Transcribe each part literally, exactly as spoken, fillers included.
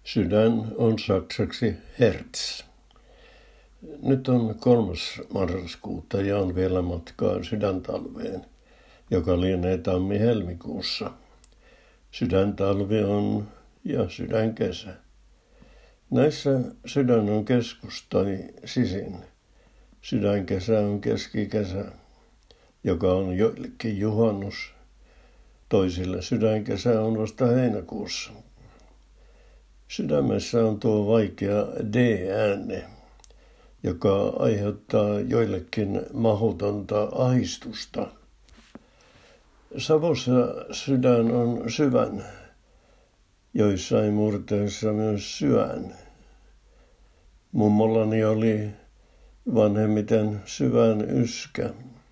Sydän on saksaksi Herz. Nyt on kolmas marraskuuta ja on vielä matkaa sydäntalveen, joka lienee tammi-helmikuussa. Sydäntalvi on ja sydänkesä. Näissä sydän on keskus tai sisin. Sydänkesä on keskikesä, joka on joillekin juhannus. Toisille sydänkesä on vasta heinäkuussa. Sydämessä on tuo vaikea D-ääne, joka aiheuttaa joillekin mahdotonta ahdistusta. Savossa sydän on syvän, joissain murteissa myös syön. Mummollani oli vanhemmiten syvän yskä.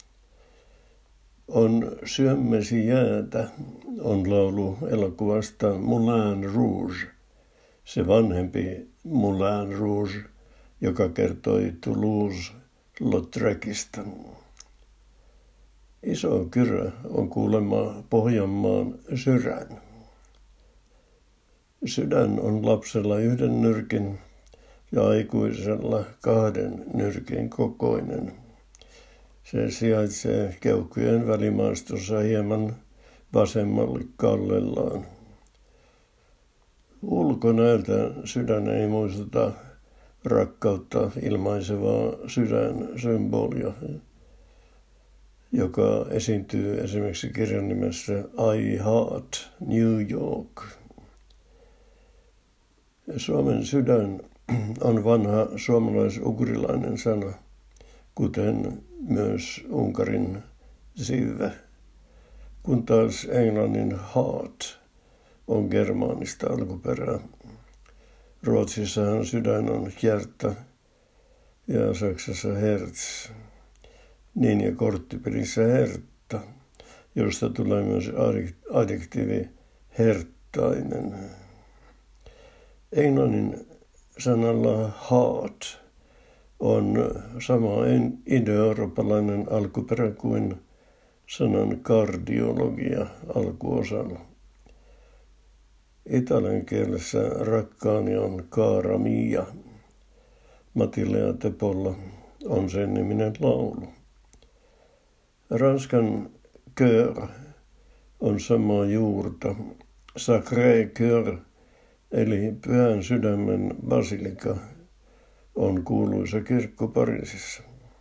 On syömmesi jäätä, on laulu elokuvasta Moulin Rouge. Se vanhempi Moulin Rouge, joka kertoi Toulouse-Lautrecista. Iso kyrö on kuulemma Pohjanmaan sydän. Sydän on lapsella yhden nyrkin ja aikuisella kahden nyrkin kokoinen. Se sijaitsee keuhkojen välimaastossa hieman vasemmalle kallellaan. Ulkonäöltä sydän ei muistuta rakkautta ilmaisevaa sydänsymbolia, joka esiintyy esimerkiksi kirjan nimessä I Heart New York. Suomen sydän on vanha suomalais-ugrilainen sana, kuten myös Unkarin sive, kun taas englannin heart on germaanista alkuperää. Ruotsissahan sydän on hjärta ja Saksassa Herz. Niin ja korttipelissä hertta, josta tulee myös adjektiivi herttainen. Englannin sanalla heart on sama indoeurooppalainen alkuperä kuin sanan kardiologia alkuosalla. Italian kielessä rakkaani on cara mia. Matilea Tepolla on sen niminen laulu. Ranskan cœur on samaa juurta. Sacré cœur, eli Pyhän Sydämen basilika, on kuuluisa kirkko Pariisissa.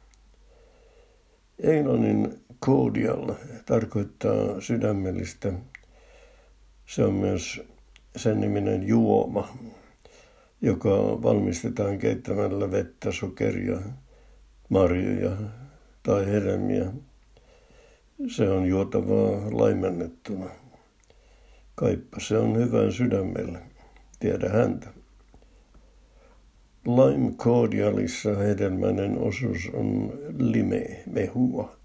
Englannin cordial tarkoittaa sydämellistä. Se on myös sen niminen juoma, joka valmistetaan keittämällä vettä, sokeria, marjoja tai hedelmiä. Se on juotavaa laimennettuna. Kaippa se on hyvän sydämelle, tiedä häntä. Lime cordialissa hedelmäinen osuus on lime, mehua.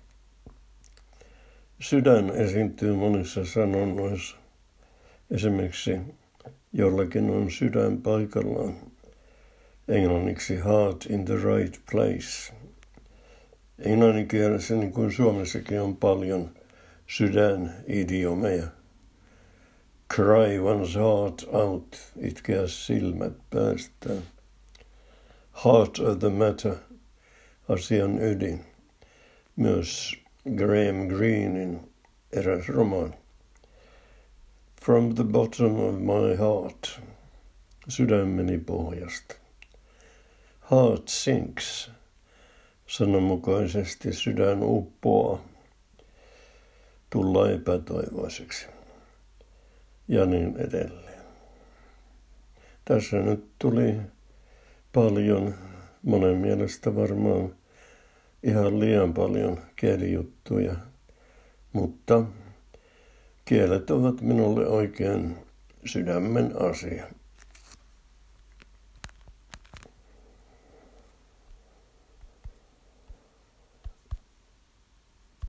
Sydän esiintyy monissa sanonnoissa. Esimerkiksi jollakin on sydän paikallaan. Englanniksi heart in the right place. Englannin kielessä niin kuin Suomessakin on paljon sydänidiomeja. Cry one's heart out, itkeä silmät päästään. Heart of the matter, asian ydin. Myös Graham Greenein eräs romaani. From the bottom of my heart, sydämeni pohjasta. Heart sinks, sananmukaisesti sydän uppoaa, tulla epätoivoiseksi ja niin edelleen. Tässä nyt tuli paljon, monen mielestä varmaan ihan liian paljon kielijuttuja, mutta kielet ovat minulle oikein sydämen asia.